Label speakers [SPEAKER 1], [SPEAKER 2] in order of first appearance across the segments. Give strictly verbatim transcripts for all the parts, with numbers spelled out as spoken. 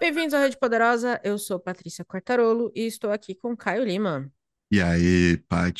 [SPEAKER 1] Bem-vindos à Rede Poderosa, eu sou Patrícia Quartarolo e estou aqui com Caio Lima.
[SPEAKER 2] E aí,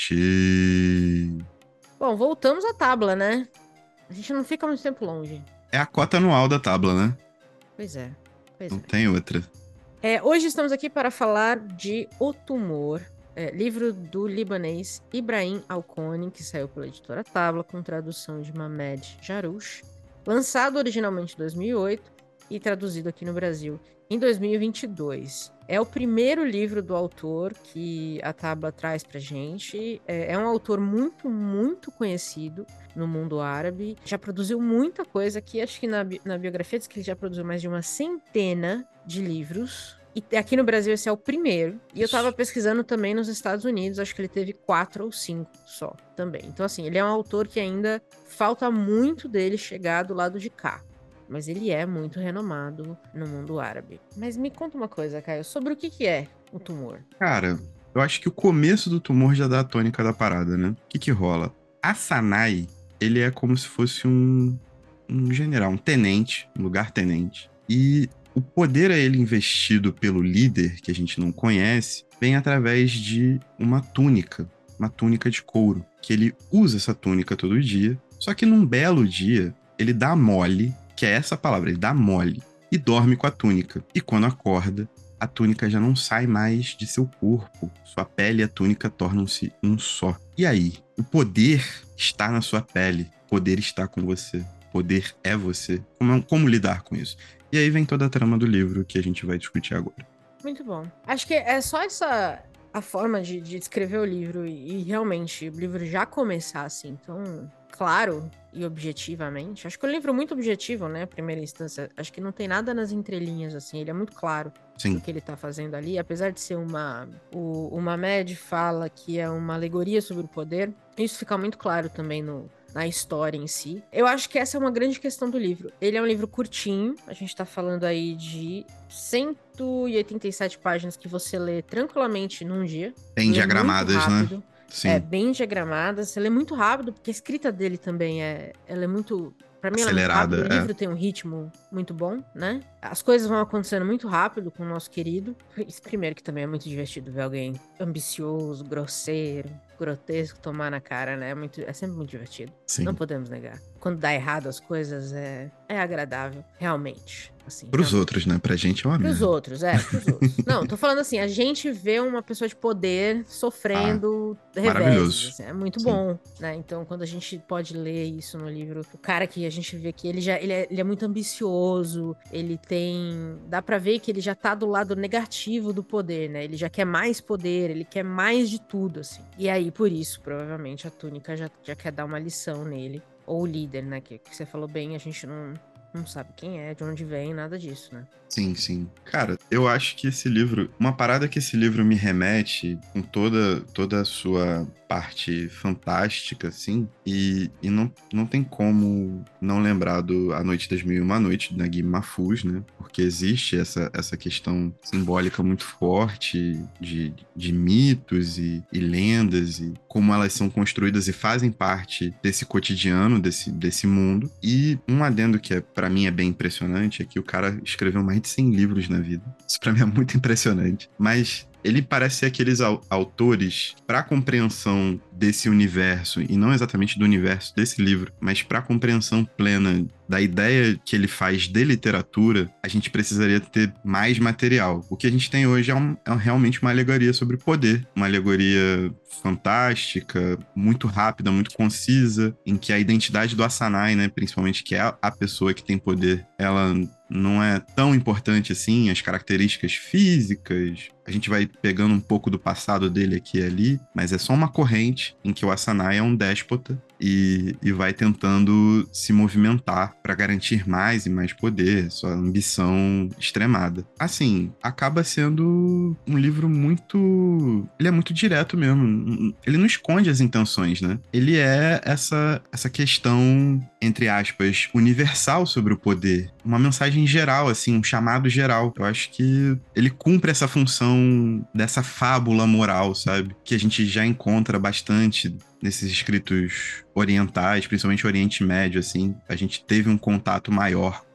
[SPEAKER 2] Pati?
[SPEAKER 1] Bom, voltamos à tábua, né? A gente não fica muito tempo longe.
[SPEAKER 2] É a cota anual da tábua, né?
[SPEAKER 1] Pois é, pois
[SPEAKER 2] Não
[SPEAKER 1] é.
[SPEAKER 2] tem outra.
[SPEAKER 1] É, hoje estamos aqui para falar de O Tumor, é, livro do libanês Ibrahim Alconi, que saiu pela editora Tábua, com tradução de Mamed Jarouche, lançado originalmente em dois mil e oito e traduzido aqui no Brasil em dois mil e vinte e dois. É o primeiro livro do autor que a Tábua traz pra gente. É, é um autor muito, muito conhecido no mundo árabe. Já produziu muita coisa aqui. Acho que na, bi- na biografia diz que ele já produziu mais de uma centena de livros. E aqui no Brasil esse é o primeiro. E eu tava
[SPEAKER 2] Isso.
[SPEAKER 1] pesquisando também nos Estados Unidos. Acho que ele teve quatro ou cinco só também. Então, assim, ele é um autor que ainda falta muito dele chegar do lado de cá. Mas ele é muito renomado no mundo árabe. Mas me conta uma coisa, Caio, sobre o que que é o tumor?
[SPEAKER 2] Cara, eu acho que o começo do tumor já dá a tônica da parada, né? O que que rola? A Sanai, ele é como se fosse um, um general, um tenente, um lugar-tenente. E o poder a ele investido pelo líder, que a gente não conhece, vem através de uma túnica, uma túnica de couro, que ele usa essa túnica todo dia. Só que num belo dia, ele dá mole, que é essa palavra, ele dá mole, e dorme com a túnica. E quando acorda, a túnica já não sai mais de seu corpo. Sua pele e a túnica tornam-se um só. E aí? O poder está na sua pele. O poder está com você. O poder é você. Como, como lidar com isso? E aí vem toda a trama do livro que a gente vai discutir agora.
[SPEAKER 1] Muito bom. Acho que é só essa a forma de, de escrever o livro e, e realmente o livro já começar assim, tão claro e objetivamente. Acho que é um livro muito objetivo, né? Primeira instância. Acho que não tem nada nas entrelinhas, assim. Ele é muito claro do
[SPEAKER 2] Sim,
[SPEAKER 1] que ele tá fazendo ali. Apesar de ser uma. O, o Mamed fala que é uma alegoria sobre o poder. Isso fica muito claro também no, na história em si. Eu acho que essa é uma grande questão do livro. Ele é um livro curtinho, a gente tá falando aí de cento e oitenta e sete páginas que você lê tranquilamente num dia.
[SPEAKER 2] bem
[SPEAKER 1] Lê muito
[SPEAKER 2] diagramadas, né?
[SPEAKER 1] rápido. É
[SPEAKER 2] Sim,
[SPEAKER 1] bem diagramada, você lê muito rápido, porque a escrita dele também é, ela é muito, pra mim ela é muito rápida,
[SPEAKER 2] acelerada,
[SPEAKER 1] o
[SPEAKER 2] é.
[SPEAKER 1] livro tem um ritmo muito bom, né? As coisas vão acontecendo muito rápido com o nosso querido. Isso, primeiro que também é muito divertido ver alguém ambicioso, grosseiro, grotesco tomar na cara, né? É, muito, é sempre muito divertido. Não
[SPEAKER 2] Sim.
[SPEAKER 1] podemos negar. Quando dá errado as coisas, é, é agradável, realmente. Assim,
[SPEAKER 2] Pros
[SPEAKER 1] realmente.
[SPEAKER 2] outros, né? Pra gente é uma
[SPEAKER 1] Pros
[SPEAKER 2] merda.
[SPEAKER 1] outros, é, pros outros. Não, tô falando assim, a gente vê uma pessoa de poder
[SPEAKER 2] Ah,
[SPEAKER 1] sofrendo reveses,
[SPEAKER 2] maravilhoso.
[SPEAKER 1] assim, é muito
[SPEAKER 2] Sim.
[SPEAKER 1] bom, né? Então, quando a gente pode ler isso no livro, o cara que a gente vê que ele já, ele é, ele é muito ambicioso, ele tem, dá pra ver que ele já tá do lado negativo do poder, né? Ele já quer mais poder, ele quer mais de tudo, assim. E aí, por isso, provavelmente, a Túnica já, já quer dar uma lição nele. Ou o líder, né? Que, que você falou bem, a gente não, não sabe quem é, de onde vem, nada disso, né?
[SPEAKER 2] Sim, sim. Cara, eu acho que esse livro, uma parada que esse livro me remete com toda toda a sua parte fantástica, assim, e, e não, não tem como não lembrar do A Noite das Mil e Uma Noites, da Naguib Mahfouz, né? Porque existe essa, essa questão simbólica muito forte de, de mitos e, e lendas e como elas são construídas e fazem parte desse cotidiano, desse, desse mundo. E um adendo que é, para mim é bem impressionante é que o cara escreveu mais de cem livros na vida. Isso pra mim é muito impressionante. Mas ele parece ser aqueles au- autores para compreensão desse universo e não exatamente do universo desse livro, mas para compreensão plena da ideia que ele faz de literatura, a gente precisaria ter mais material. O que a gente tem hoje é, um- é realmente uma alegoria sobre poder, uma alegoria fantástica, muito rápida, muito concisa, em que a identidade do Asanai, né, principalmente que é a a pessoa que tem poder, ela não é tão importante assim, as características físicas. A gente vai pegando um pouco do passado dele aqui e ali, mas é só uma corrente em que o Asanai é um déspota e, e vai tentando se movimentar para garantir mais e mais poder, sua ambição extremada. Assim, acaba sendo um livro muito. Ele é muito direto mesmo. Ele não esconde as intenções, né? Ele é essa, essa questão, entre aspas, universal sobre o poder. Uma mensagem geral, assim, um chamado geral. Eu acho que ele cumpre essa função dessa fábula moral, sabe? Que a gente já encontra bastante nesses escritos orientais, principalmente Oriente Médio, assim. A gente teve um contato maior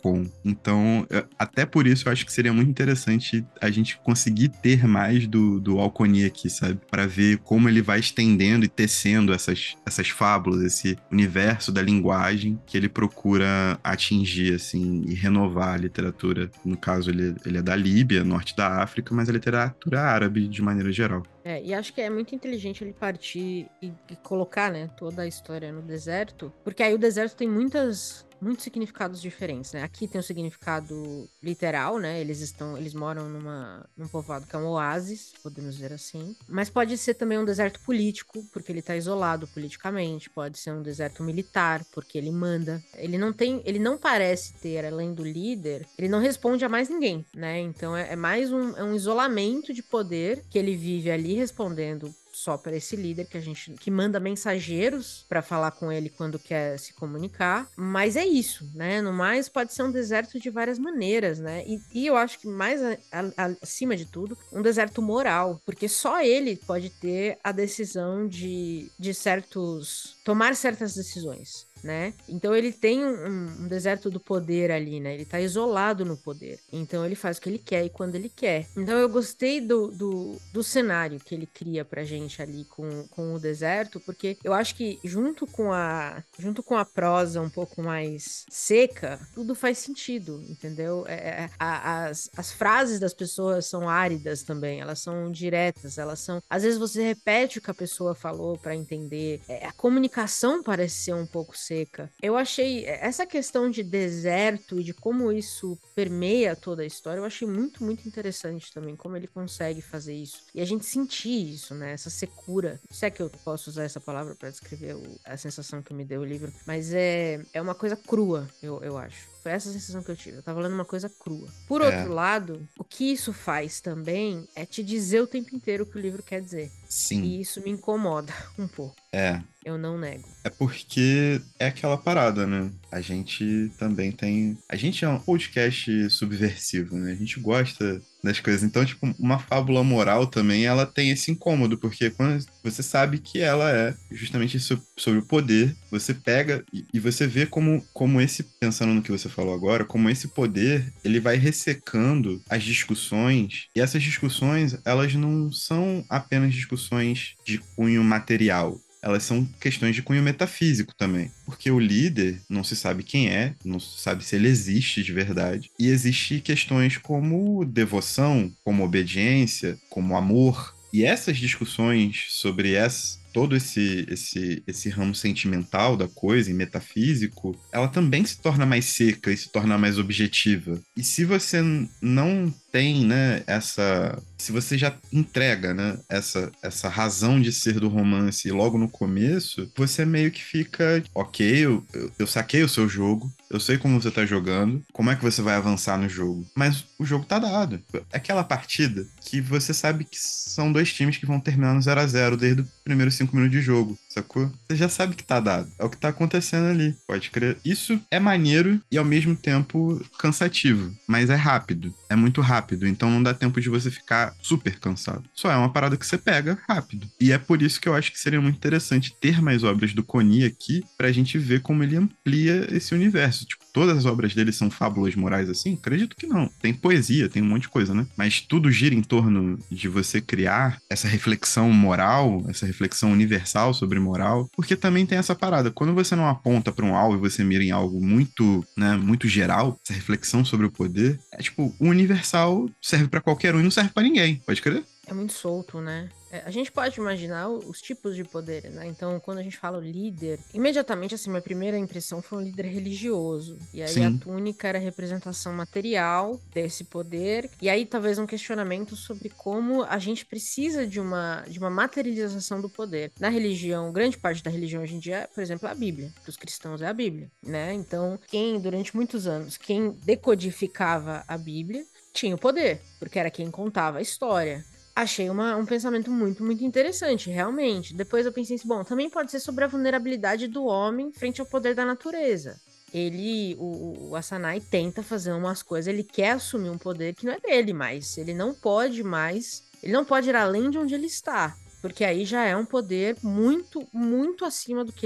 [SPEAKER 2] com. Então, eu- até por isso eu acho que seria muito interessante a gente conseguir ter mais do, do Alconi aqui, sabe? Para ver como ele vai estendendo e tecendo essas, essas fábulas, esse universo da linguagem que ele procura atingir, assim, e renovar a literatura. No caso, ele, ele é da Líbia, norte da África, mas a literatura árabe de maneira geral.
[SPEAKER 1] É, e acho que é muito inteligente ele partir e, e colocar, né, toda a história no deserto, porque aí o deserto tem muitas, muitos significados diferentes, né? Aqui tem o significado literal, né? Eles estão, eles moram numa, num povoado que é um oásis, podemos dizer assim. Mas pode ser também um deserto político, porque ele está isolado politicamente. Pode ser um deserto militar, porque ele manda. Ele não tem, ele não parece ter, além do líder, ele não responde a mais ninguém, né? Então é, é mais um, é um isolamento de poder que ele vive ali respondendo só para esse líder que a gente que manda mensageiros para falar com ele quando quer se comunicar, mas é isso, né? No mais pode ser um deserto de várias maneiras, né? E, e eu acho que mais a, a, acima de tudo, um deserto moral, porque só ele pode ter a decisão de, de certos tomar certas decisões. Né? Então ele tem um, um deserto do poder ali, né? Ele tá isolado no poder. Então ele faz o que ele quer e quando ele quer. Então eu gostei do, do, do cenário que ele cria pra gente ali com, com o deserto, porque eu acho que junto com a junto com a prosa um pouco mais seca, tudo faz sentido, entendeu? É, a, as, as frases das pessoas são áridas também, elas são diretas, elas são... Às vezes você repete o que a pessoa falou pra entender. É, a comunicação parece ser um pouco seca. Eu achei essa questão de deserto e de como isso permeia toda a história, eu achei muito, muito interessante também, como ele consegue fazer isso. E a gente sentir isso, né? Essa secura. Se é que eu posso usar essa palavra para descrever o, a sensação que me deu o livro, mas é, é uma coisa crua, eu, eu acho. Foi essa a sensação que eu tive. Eu tava lendo uma coisa crua. Por
[SPEAKER 2] É.
[SPEAKER 1] outro lado, o que isso faz também é te dizer o tempo inteiro o que o livro quer dizer.
[SPEAKER 2] Sim.
[SPEAKER 1] E isso me incomoda um pouco.
[SPEAKER 2] É.
[SPEAKER 1] Eu não nego.
[SPEAKER 2] É porque é aquela parada, né? A gente também tem. A gente é um podcast subversivo, né? A gente gosta das coisas. Então, tipo, uma fábula moral também, ela tem esse incômodo, porque quando você sabe que ela é justamente so- sobre o poder, você pega e, e você vê como, como esse, pensando no que você falou agora, como esse poder, ele vai ressecando as discussões, e essas discussões, elas não são apenas discussões de cunho material. Elas são questões de cunho metafísico também. Porque o líder não se sabe quem é, não se sabe se ele existe de verdade. E existem questões como devoção, como obediência, como amor. E essas discussões sobre essa, todo esse, esse, esse ramo sentimental da coisa e metafísico, ela também se torna mais seca e se torna mais objetiva. E se você não tem, né, essa... Se você já entrega, né, essa, essa razão de ser do romance logo no começo, você meio que fica, ok, eu, eu, eu saquei o seu jogo, eu sei como você tá jogando, como é que você vai avançar no jogo. Mas o jogo tá dado. É aquela partida que você sabe que são dois times que vão terminar no zero a zero desde os primeiros cinco minutos de jogo, sacou? Você já sabe que tá dado. É o que tá acontecendo ali, pode crer. Isso é maneiro e ao mesmo tempo cansativo, mas é rápido. É muito rápido, então não dá tempo de você ficar super cansado. Só é uma parada que você pega rápido. E é por isso que eu acho que seria muito interessante ter mais obras do Koni aqui, pra gente ver como ele amplia esse universo. Tipo, todas as obras dele são fábulas morais assim? Acredito que não. Tem poesia, tem um monte de coisa, né? Mas tudo gira em torno de você criar essa reflexão moral, essa reflexão universal sobre moral, porque também tem essa parada. Quando você não aponta pra um alvo e você mira em algo muito, né, muito geral, essa reflexão sobre o poder, é tipo, o universal serve pra qualquer um e não serve pra ninguém. Pode crer?
[SPEAKER 1] É muito solto, né? É, a gente pode imaginar o- os tipos de poder, né? Então, quando a gente fala o líder, imediatamente, assim, minha primeira impressão foi um líder religioso. E aí a
[SPEAKER 2] Sim.
[SPEAKER 1] túnica era a representação material desse poder. E aí talvez um questionamento sobre como a gente precisa de uma, de uma materialização do poder. Na religião, grande parte da religião hoje em dia, por exemplo, é a Bíblia. Para os cristãos é a Bíblia, né? Então, quem, durante muitos anos, quem decodificava a Bíblia tinha o poder, porque era quem contava a história. Achei uma, um pensamento muito, muito interessante, realmente. Depois eu pensei assim, bom, também pode ser sobre a vulnerabilidade do homem frente ao poder da natureza. Ele, o, o Asanai tenta fazer umas coisas, ele quer assumir um poder que não é dele mais. Ele não pode mais, ele não pode ir além de onde ele está. Porque aí já é um poder muito, muito acima do que ele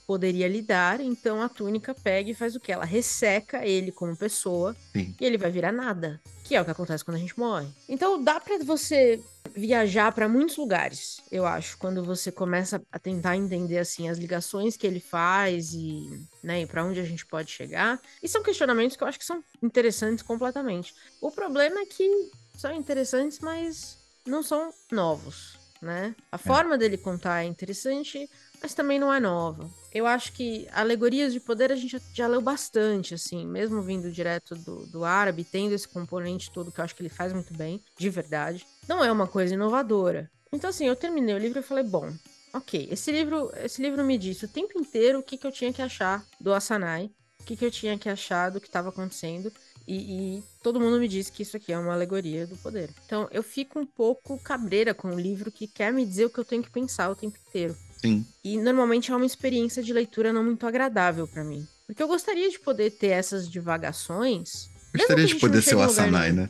[SPEAKER 1] poderia lidar, então a Túnica pega e faz o quê? Ela resseca ele como pessoa
[SPEAKER 2] Sim.
[SPEAKER 1] e ele vai virar nada, que é o que acontece quando a gente morre. Então dá pra você viajar pra muitos lugares, eu acho, quando você começa a tentar entender assim as ligações que ele faz e, né, e para onde a gente pode chegar. E são questionamentos que eu acho que são interessantes completamente. O problema é que são interessantes, mas não são novos, né? A forma dele contar é interessante, mas também não é nova. Eu acho que alegorias de poder a gente já, já leu bastante, assim, mesmo vindo direto do, do árabe, tendo esse componente todo que eu acho que ele faz muito bem, de verdade. Não é uma coisa inovadora. Então, assim, eu terminei o livro e falei, bom, ok, esse livro, esse livro me disse o tempo inteiro o que, que eu tinha que achar do Asanai, o que, que eu tinha que achar do que estava acontecendo, e, e todo mundo me disse que isso aqui é uma alegoria do poder. Então, eu fico um pouco cabreira com o livro que quer me dizer o que eu tenho que pensar o tempo inteiro.
[SPEAKER 2] Sim.
[SPEAKER 1] E normalmente é uma experiência de leitura não muito agradável pra mim. Porque eu gostaria de poder ter essas divagações. Mesmo que
[SPEAKER 2] Gostaria
[SPEAKER 1] a
[SPEAKER 2] de
[SPEAKER 1] gente não
[SPEAKER 2] poder ser
[SPEAKER 1] chegue
[SPEAKER 2] o
[SPEAKER 1] em lugar
[SPEAKER 2] Asanai,
[SPEAKER 1] nenhum.
[SPEAKER 2] né?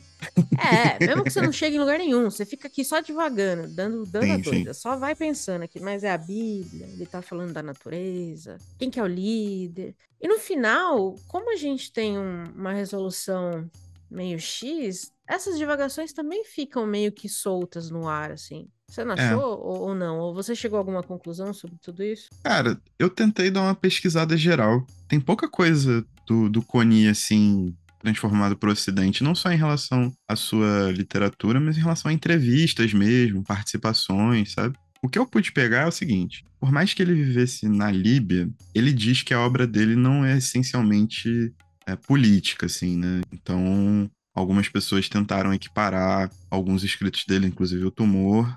[SPEAKER 1] É, mesmo que você não chegue em lugar nenhum, você fica aqui só divagando, dando, dando a
[SPEAKER 2] Sim, sim.
[SPEAKER 1] doida. Só vai pensando aqui, mas é a Bíblia, ele tá falando da natureza, quem que é o líder. E no final, como a gente tem um- uma resolução meio X, essas divagações também ficam meio que soltas no ar, assim. Você não
[SPEAKER 2] É.
[SPEAKER 1] achou ou, ou não? Ou você chegou a alguma conclusão sobre tudo isso?
[SPEAKER 2] Cara, eu tentei dar uma pesquisada geral. Tem pouca coisa do, do Coni, assim, transformado para o Ocidente, não só em relação à sua literatura, mas em relação a entrevistas mesmo, participações, sabe? O que eu pude pegar é o seguinte: por mais que ele vivesse na Líbia, ele diz que a obra dele não é essencialmente é, política, assim, né? Então, algumas pessoas tentaram equiparar alguns escritos dele, inclusive o Tumor,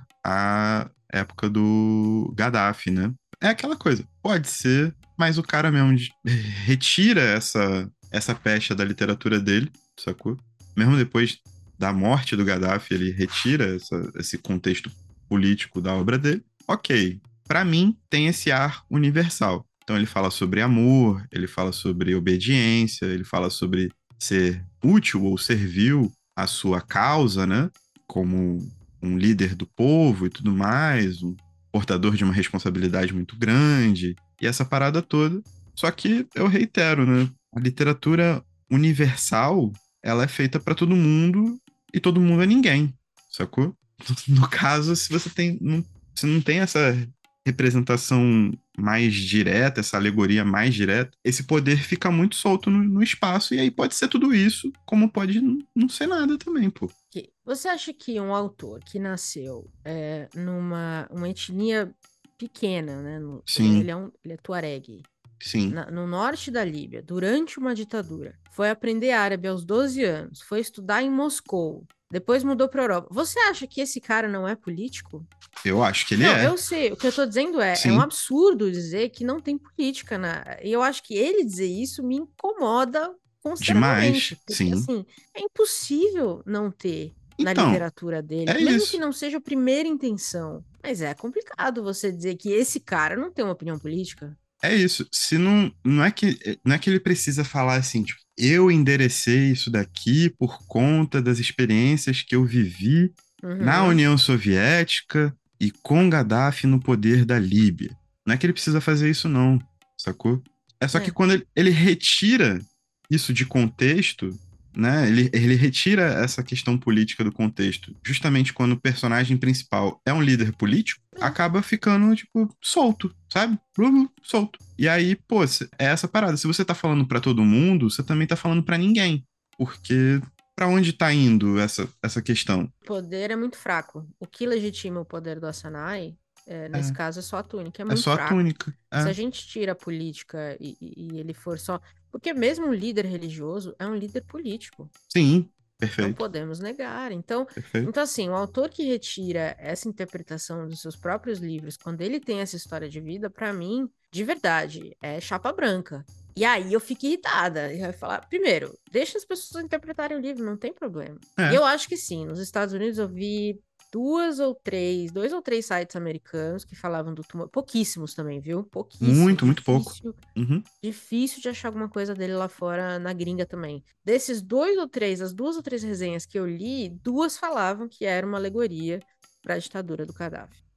[SPEAKER 2] à época do Gaddafi, né? É aquela coisa, pode ser, mas o cara mesmo de- retira essa, essa pecha da literatura dele, sacou? Mesmo depois da morte do Gaddafi, ele retira essa- esse contexto político da obra dele. Ok, pra mim tem esse ar universal. Então ele fala sobre amor, ele fala sobre obediência, ele fala sobre ser útil ou servil à sua causa, né? Como um líder do povo e tudo mais, um portador de uma responsabilidade muito grande, e essa parada toda. Só que eu reitero, né? A literatura universal, ela é feita para todo mundo e todo mundo é ninguém, sacou? No caso, se você tem, não, se não tem essa representação mais direta, essa alegoria mais direta, esse poder fica muito solto no, no espaço, e aí pode ser tudo isso, como pode não, não ser nada também, pô.
[SPEAKER 1] Que- Você acha que um autor que nasceu é, numa uma etnia pequena, né? no- ele,
[SPEAKER 2] Sim,
[SPEAKER 1] ele é um, ele é tuareg,
[SPEAKER 2] sim.
[SPEAKER 1] na- no norte da Líbia, durante uma ditadura, foi aprender árabe aos doze anos, foi estudar em Moscou, depois mudou para Europa. Você acha que esse cara não é político?
[SPEAKER 2] Eu acho que ele
[SPEAKER 1] Não,
[SPEAKER 2] é.
[SPEAKER 1] eu sei. O que eu tô dizendo é, é um
[SPEAKER 2] Sim,
[SPEAKER 1] absurdo dizer que não tem política na. E eu acho que ele dizer isso me incomoda
[SPEAKER 2] demais.
[SPEAKER 1] consideravelmente, porque
[SPEAKER 2] Sim.
[SPEAKER 1] assim, é impossível não ter na
[SPEAKER 2] Então,
[SPEAKER 1] literatura dele,
[SPEAKER 2] é
[SPEAKER 1] mesmo que
[SPEAKER 2] isso.
[SPEAKER 1] não seja a primeira intenção. Mas é complicado você dizer que esse cara não tem uma opinião política.
[SPEAKER 2] É isso. Se não, não é que não é que ele precisa falar assim, tipo, eu enderecei isso daqui por conta das experiências que eu vivi na
[SPEAKER 1] Uhum.
[SPEAKER 2] União Soviética e com Gaddafi no poder da Líbia. Não é que ele precisa fazer isso, não, sacou? É só que
[SPEAKER 1] É.
[SPEAKER 2] quando ele, ele retira isso de contexto, né? Ele, ele retira essa questão política do contexto, justamente quando o personagem principal é um líder político,
[SPEAKER 1] É.
[SPEAKER 2] acaba ficando, tipo, solto, sabe? Uhum, solto. E aí, pô, é essa parada. Se você tá falando pra todo mundo, você também tá falando pra ninguém. Porque pra onde tá indo essa, essa questão?
[SPEAKER 1] O poder é muito fraco. O que legitima o poder do Asanai, é, nesse
[SPEAKER 2] É,
[SPEAKER 1] caso, é só a túnica, é
[SPEAKER 2] é
[SPEAKER 1] muito
[SPEAKER 2] só a
[SPEAKER 1] fraco.
[SPEAKER 2] túnica.
[SPEAKER 1] Se a
[SPEAKER 2] É,
[SPEAKER 1] gente tira a política e, e- e ele for só. Porque mesmo um líder religioso é um líder político.
[SPEAKER 2] sim,
[SPEAKER 1] Não
[SPEAKER 2] perfeito,
[SPEAKER 1] podemos negar. Então,
[SPEAKER 2] perfeito.
[SPEAKER 1] então, assim, o autor que retira essa interpretação dos seus próprios livros, quando ele tem essa história de vida, pra mim, de verdade, é chapa branca. E aí eu fico irritada. E vai falar, primeiro, deixa as pessoas interpretarem o livro, não tem problema. E
[SPEAKER 2] É,
[SPEAKER 1] eu acho que sim, nos Estados Unidos eu vi duas ou três, dois ou três sites americanos que falavam do tumor. Pouquíssimos também, viu? Pouquíssimos.
[SPEAKER 2] muito, muito pouco.
[SPEAKER 1] Difícil.
[SPEAKER 2] Uhum,
[SPEAKER 1] Difícil de achar alguma coisa dele lá fora na gringa também. Desses dois ou três, as duas ou três resenhas que eu li, duas falavam que era uma alegoria para a ditadura do Gaddafi.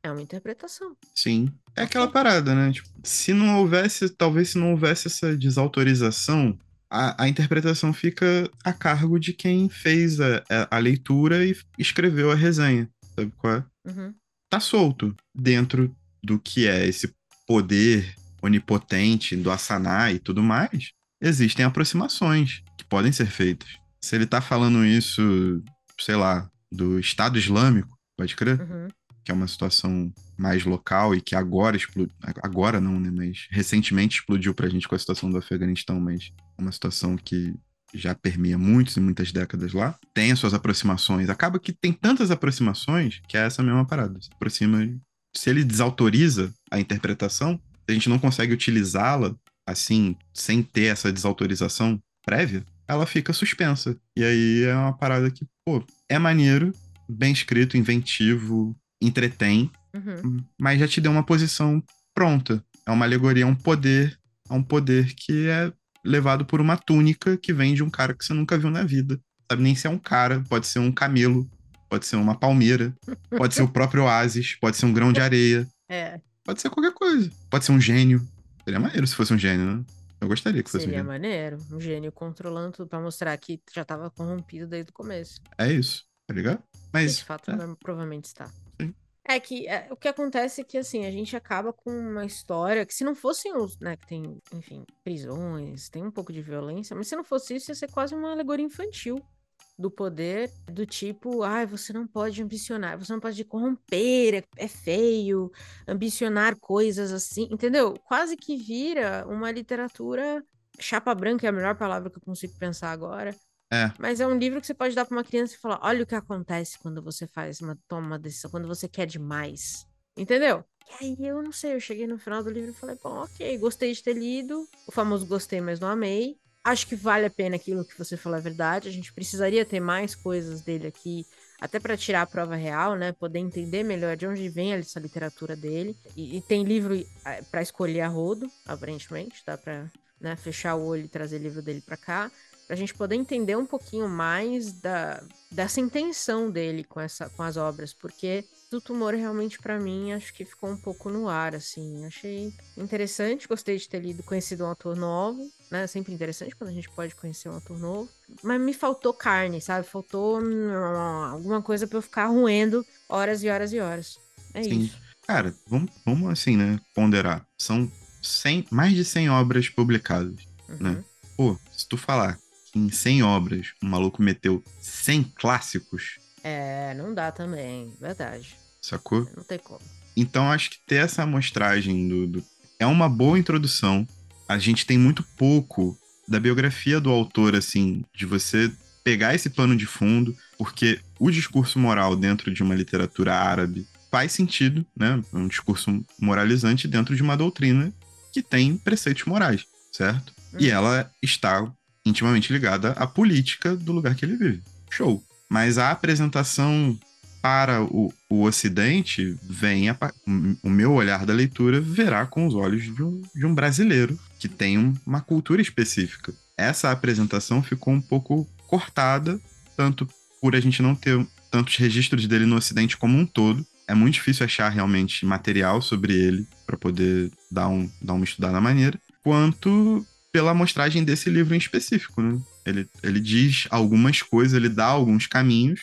[SPEAKER 1] É uma interpretação.
[SPEAKER 2] Sim. É aquela
[SPEAKER 1] Ok.
[SPEAKER 2] parada, né? Tipo, se não houvesse, talvez se não houvesse essa desautorização, a, a interpretação fica a cargo de quem fez a, a, a leitura e escreveu a resenha. Sabe qual é?
[SPEAKER 1] Uhum.
[SPEAKER 2] Tá solto dentro do que é esse poder onipotente do Assaná e tudo mais. Existem aproximações que podem ser feitas. Se ele tá falando isso, sei lá, do Estado Islâmico, pode crer?
[SPEAKER 1] Uhum.
[SPEAKER 2] Que é uma situação mais local e que agora explodiu. Agora não, né? Mas recentemente explodiu pra gente com a situação do Afeganistão, mas é uma situação que já permeia muitos e muitas décadas lá. Tem as suas aproximações. Acaba que tem tantas aproximações que é essa mesma parada. Se aproxima. Se ele desautoriza a interpretação, se a gente não consegue utilizá-la assim, sem ter essa desautorização prévia, ela fica suspensa. E aí é uma parada que, pô, é maneiro, bem escrito, inventivo, entretém,
[SPEAKER 1] Uhum.
[SPEAKER 2] mas já te deu uma posição pronta. É uma alegoria a um poder, a um poder que é levado por uma túnica que vem de um cara que você nunca viu na vida. Sabe nem se é um cara, pode ser um camelo, pode ser uma palmeira, pode ser o próprio oásis, pode ser um grão de areia,
[SPEAKER 1] É.
[SPEAKER 2] pode ser qualquer coisa. Pode ser um gênio. Seria maneiro se fosse um gênio, né? Eu gostaria que fosse um
[SPEAKER 1] Seria
[SPEAKER 2] gênio.
[SPEAKER 1] maneiro. Um gênio controlando tudo pra mostrar que já tava corrompido desde o começo.
[SPEAKER 2] É isso, tá ligado?
[SPEAKER 1] Que de
[SPEAKER 2] Mas,
[SPEAKER 1] fato
[SPEAKER 2] é,
[SPEAKER 1] não- provavelmente está.
[SPEAKER 2] sim.
[SPEAKER 1] É que é, o que acontece é que assim, a gente acaba com uma história que se não fossem os, né, que tem, enfim, prisões, tem um pouco de violência, mas se não fosse isso, ia ser quase uma alegoria infantil do poder, do tipo, ai, você não pode ambicionar, você não pode corromper, é, é feio, ambicionar coisas assim, entendeu? Quase que vira uma literatura chapa branca é a melhor palavra que eu consigo pensar agora.
[SPEAKER 2] É,
[SPEAKER 1] Mas é um livro que você pode dar para uma criança e falar: olha o que acontece quando você faz uma toma uma decisão, quando você quer demais. Entendeu? E aí eu não sei, eu cheguei no final do livro e falei: bom, ok, gostei de ter lido. O famoso gostei, mas não amei. Acho que vale a pena aquilo que você falou é verdade. A gente precisaria ter mais coisas dele aqui, até para tirar a prova real, né? Poder entender melhor de onde vem essa literatura dele. E, e tem livro para escolher a rodo, aparentemente, dá para, né, fechar o olho e trazer livro dele para cá pra gente poder entender um pouquinho mais da, dessa intenção dele com, essa, com as obras, porque do Tumor realmente para mim acho que ficou um pouco no ar, assim, achei interessante, gostei de ter lido, conhecido um autor novo, né, é sempre interessante quando a gente pode conhecer um autor novo, mas me faltou carne, sabe, faltou hum, alguma coisa pra eu ficar roendo horas e horas e horas, é
[SPEAKER 2] sim.
[SPEAKER 1] isso.
[SPEAKER 2] Cara, vamos, vamos assim, né? Ponderar. São cem, mais de cem obras publicadas, né?
[SPEAKER 1] Uhum.
[SPEAKER 2] Pô, se tu falar que em cem obras o maluco meteu cem clássicos,
[SPEAKER 1] É, não dá também, verdade,
[SPEAKER 2] sacou?
[SPEAKER 1] não tem como.
[SPEAKER 2] Então acho que ter essa amostragem do, do- é uma boa introdução. A gente tem muito pouco da biografia do autor, assim, de você pegar esse pano de fundo, porque o discurso moral dentro de uma literatura árabe faz sentido, né? É um discurso moralizante dentro de uma doutrina que tem preceitos morais, certo? E
[SPEAKER 1] Uhum.
[SPEAKER 2] ela está intimamente ligada à política do lugar que ele vive. Show. Mas a apresentação para o, o Ocidente, vem a, o meu olhar da leitura verá com os olhos de um, de um brasileiro que tem um, uma cultura específica. Essa apresentação ficou um pouco cortada, tanto por a gente não ter tantos registros dele no Ocidente como um todo. É muito difícil achar realmente material sobre ele para poder dar, um, dar uma estudada maneira, quanto pela amostragem desse livro em específico, né? Ele, ele diz algumas coisas, ele dá alguns caminhos,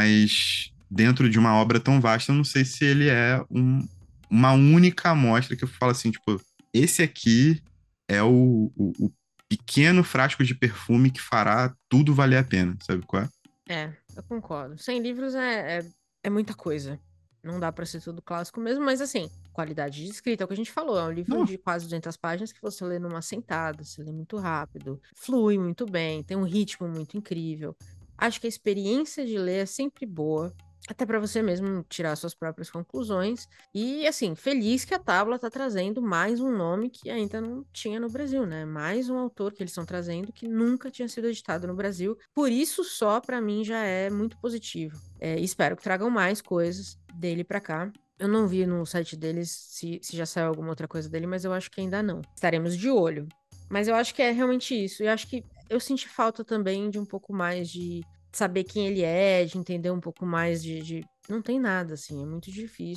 [SPEAKER 2] mas dentro de uma obra tão vasta, eu não sei se ele é um, uma única amostra que eu falo assim, tipo, esse aqui é o, o, o pequeno frasco de perfume que fará tudo valer a pena, sabe qual é?
[SPEAKER 1] É, eu concordo. cem livros é, é, é muita coisa. Não dá pra ser tudo clássico mesmo, mas assim, qualidade de escrita, é o que a gente falou. É um livro
[SPEAKER 2] Não,
[SPEAKER 1] de quase duzentas páginas que você lê numa sentada, você lê muito rápido, flui muito bem, tem um ritmo muito incrível. Acho que a experiência de ler é sempre boa, até pra você mesmo tirar suas próprias conclusões. E assim, feliz que a Tábua tá trazendo mais um nome que ainda não tinha no Brasil, né? Mais um autor que eles estão trazendo que nunca tinha sido editado no Brasil. Por isso só, pra mim, já é muito positivo. É, espero que tragam mais coisas dele pra cá. Eu não vi no site deles se, se já saiu alguma outra coisa dele, mas eu acho que ainda não. Estaremos de olho. Mas eu acho que é realmente isso. Eu acho que eu senti falta também de um pouco mais de saber quem ele é, de entender um pouco mais de, de... Não tem nada, assim, é muito difícil.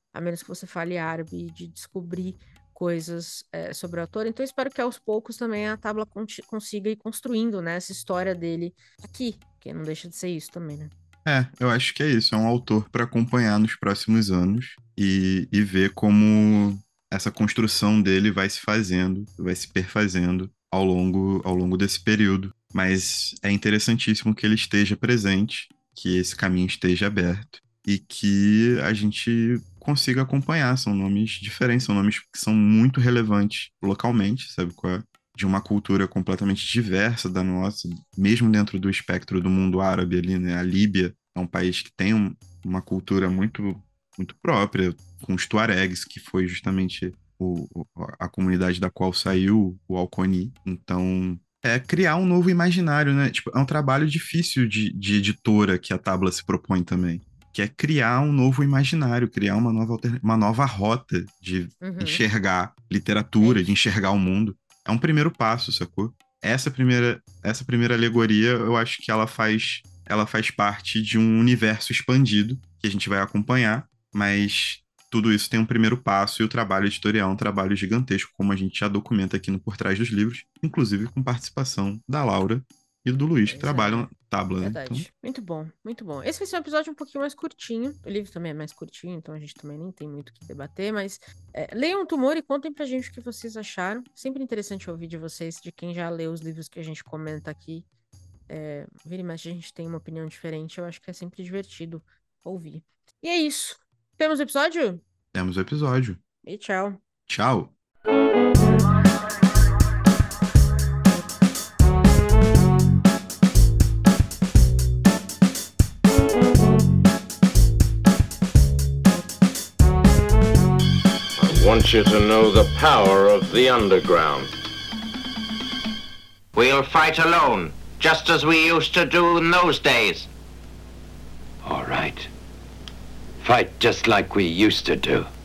[SPEAKER 1] a menos que você fale árabe, de descobrir coisas é, sobre o autor. Então, eu espero que aos poucos também a Tábua consiga ir construindo, né, essa história dele aqui, que não deixa de ser isso também, né?
[SPEAKER 2] É, eu acho que é isso. É um autor para acompanhar nos próximos anos e, e ver como essa construção dele vai se fazendo, vai se perfazendo ao longo, ao longo desse período. Mas é interessantíssimo que ele esteja presente, que esse caminho esteja aberto e que a gente consiga acompanhar. São nomes diferentes, são nomes que são muito relevantes localmente, sabe qual é? De uma cultura completamente diversa da nossa, mesmo dentro do espectro do mundo árabe ali, né? A Líbia é um país que tem um, uma cultura muito, muito própria, com os tuaregs, que foi justamente o, a comunidade da qual saiu o Alconi. Então, é criar um novo imaginário, né? Tipo, é um trabalho difícil de, de editora que a Tábua se propõe também, que é criar um novo imaginário, criar uma nova, uma nova rota de
[SPEAKER 1] Uhum.
[SPEAKER 2] enxergar literatura,
[SPEAKER 1] É
[SPEAKER 2] de enxergar o mundo. É um primeiro passo, sacou? Essa primeira, essa primeira alegoria, eu acho que ela faz, ela faz parte de um universo expandido que a gente vai acompanhar, mas tudo isso tem um primeiro passo e o trabalho editorial é um trabalho gigantesco, como a gente já documenta aqui no Por Trás dos Livros, inclusive com participação da Laura e do Luiz, que
[SPEAKER 1] Pois
[SPEAKER 2] trabalham
[SPEAKER 1] é.
[SPEAKER 2] na Tábua, né?
[SPEAKER 1] Verdade.
[SPEAKER 2] Então,
[SPEAKER 1] Muito bom, muito bom. Esse vai ser um episódio um pouquinho mais curtinho. O livro também é mais curtinho, então a gente também nem tem muito o que debater, mas é, leiam o Tumor e contem pra gente o que vocês acharam. Sempre interessante ouvir de vocês, de quem já leu os livros que a gente comenta aqui. É, vira e mexe, a gente tem uma opinião diferente. Eu acho que é sempre divertido ouvir. E é isso. Temos o episódio?
[SPEAKER 2] temos o episódio.
[SPEAKER 1] E tchau.
[SPEAKER 2] Tchau!
[SPEAKER 3] I want you to know the power of the underground.
[SPEAKER 4] We'll fight alone, just as we used to do in those days.
[SPEAKER 5] All right. Fight just like we used to do.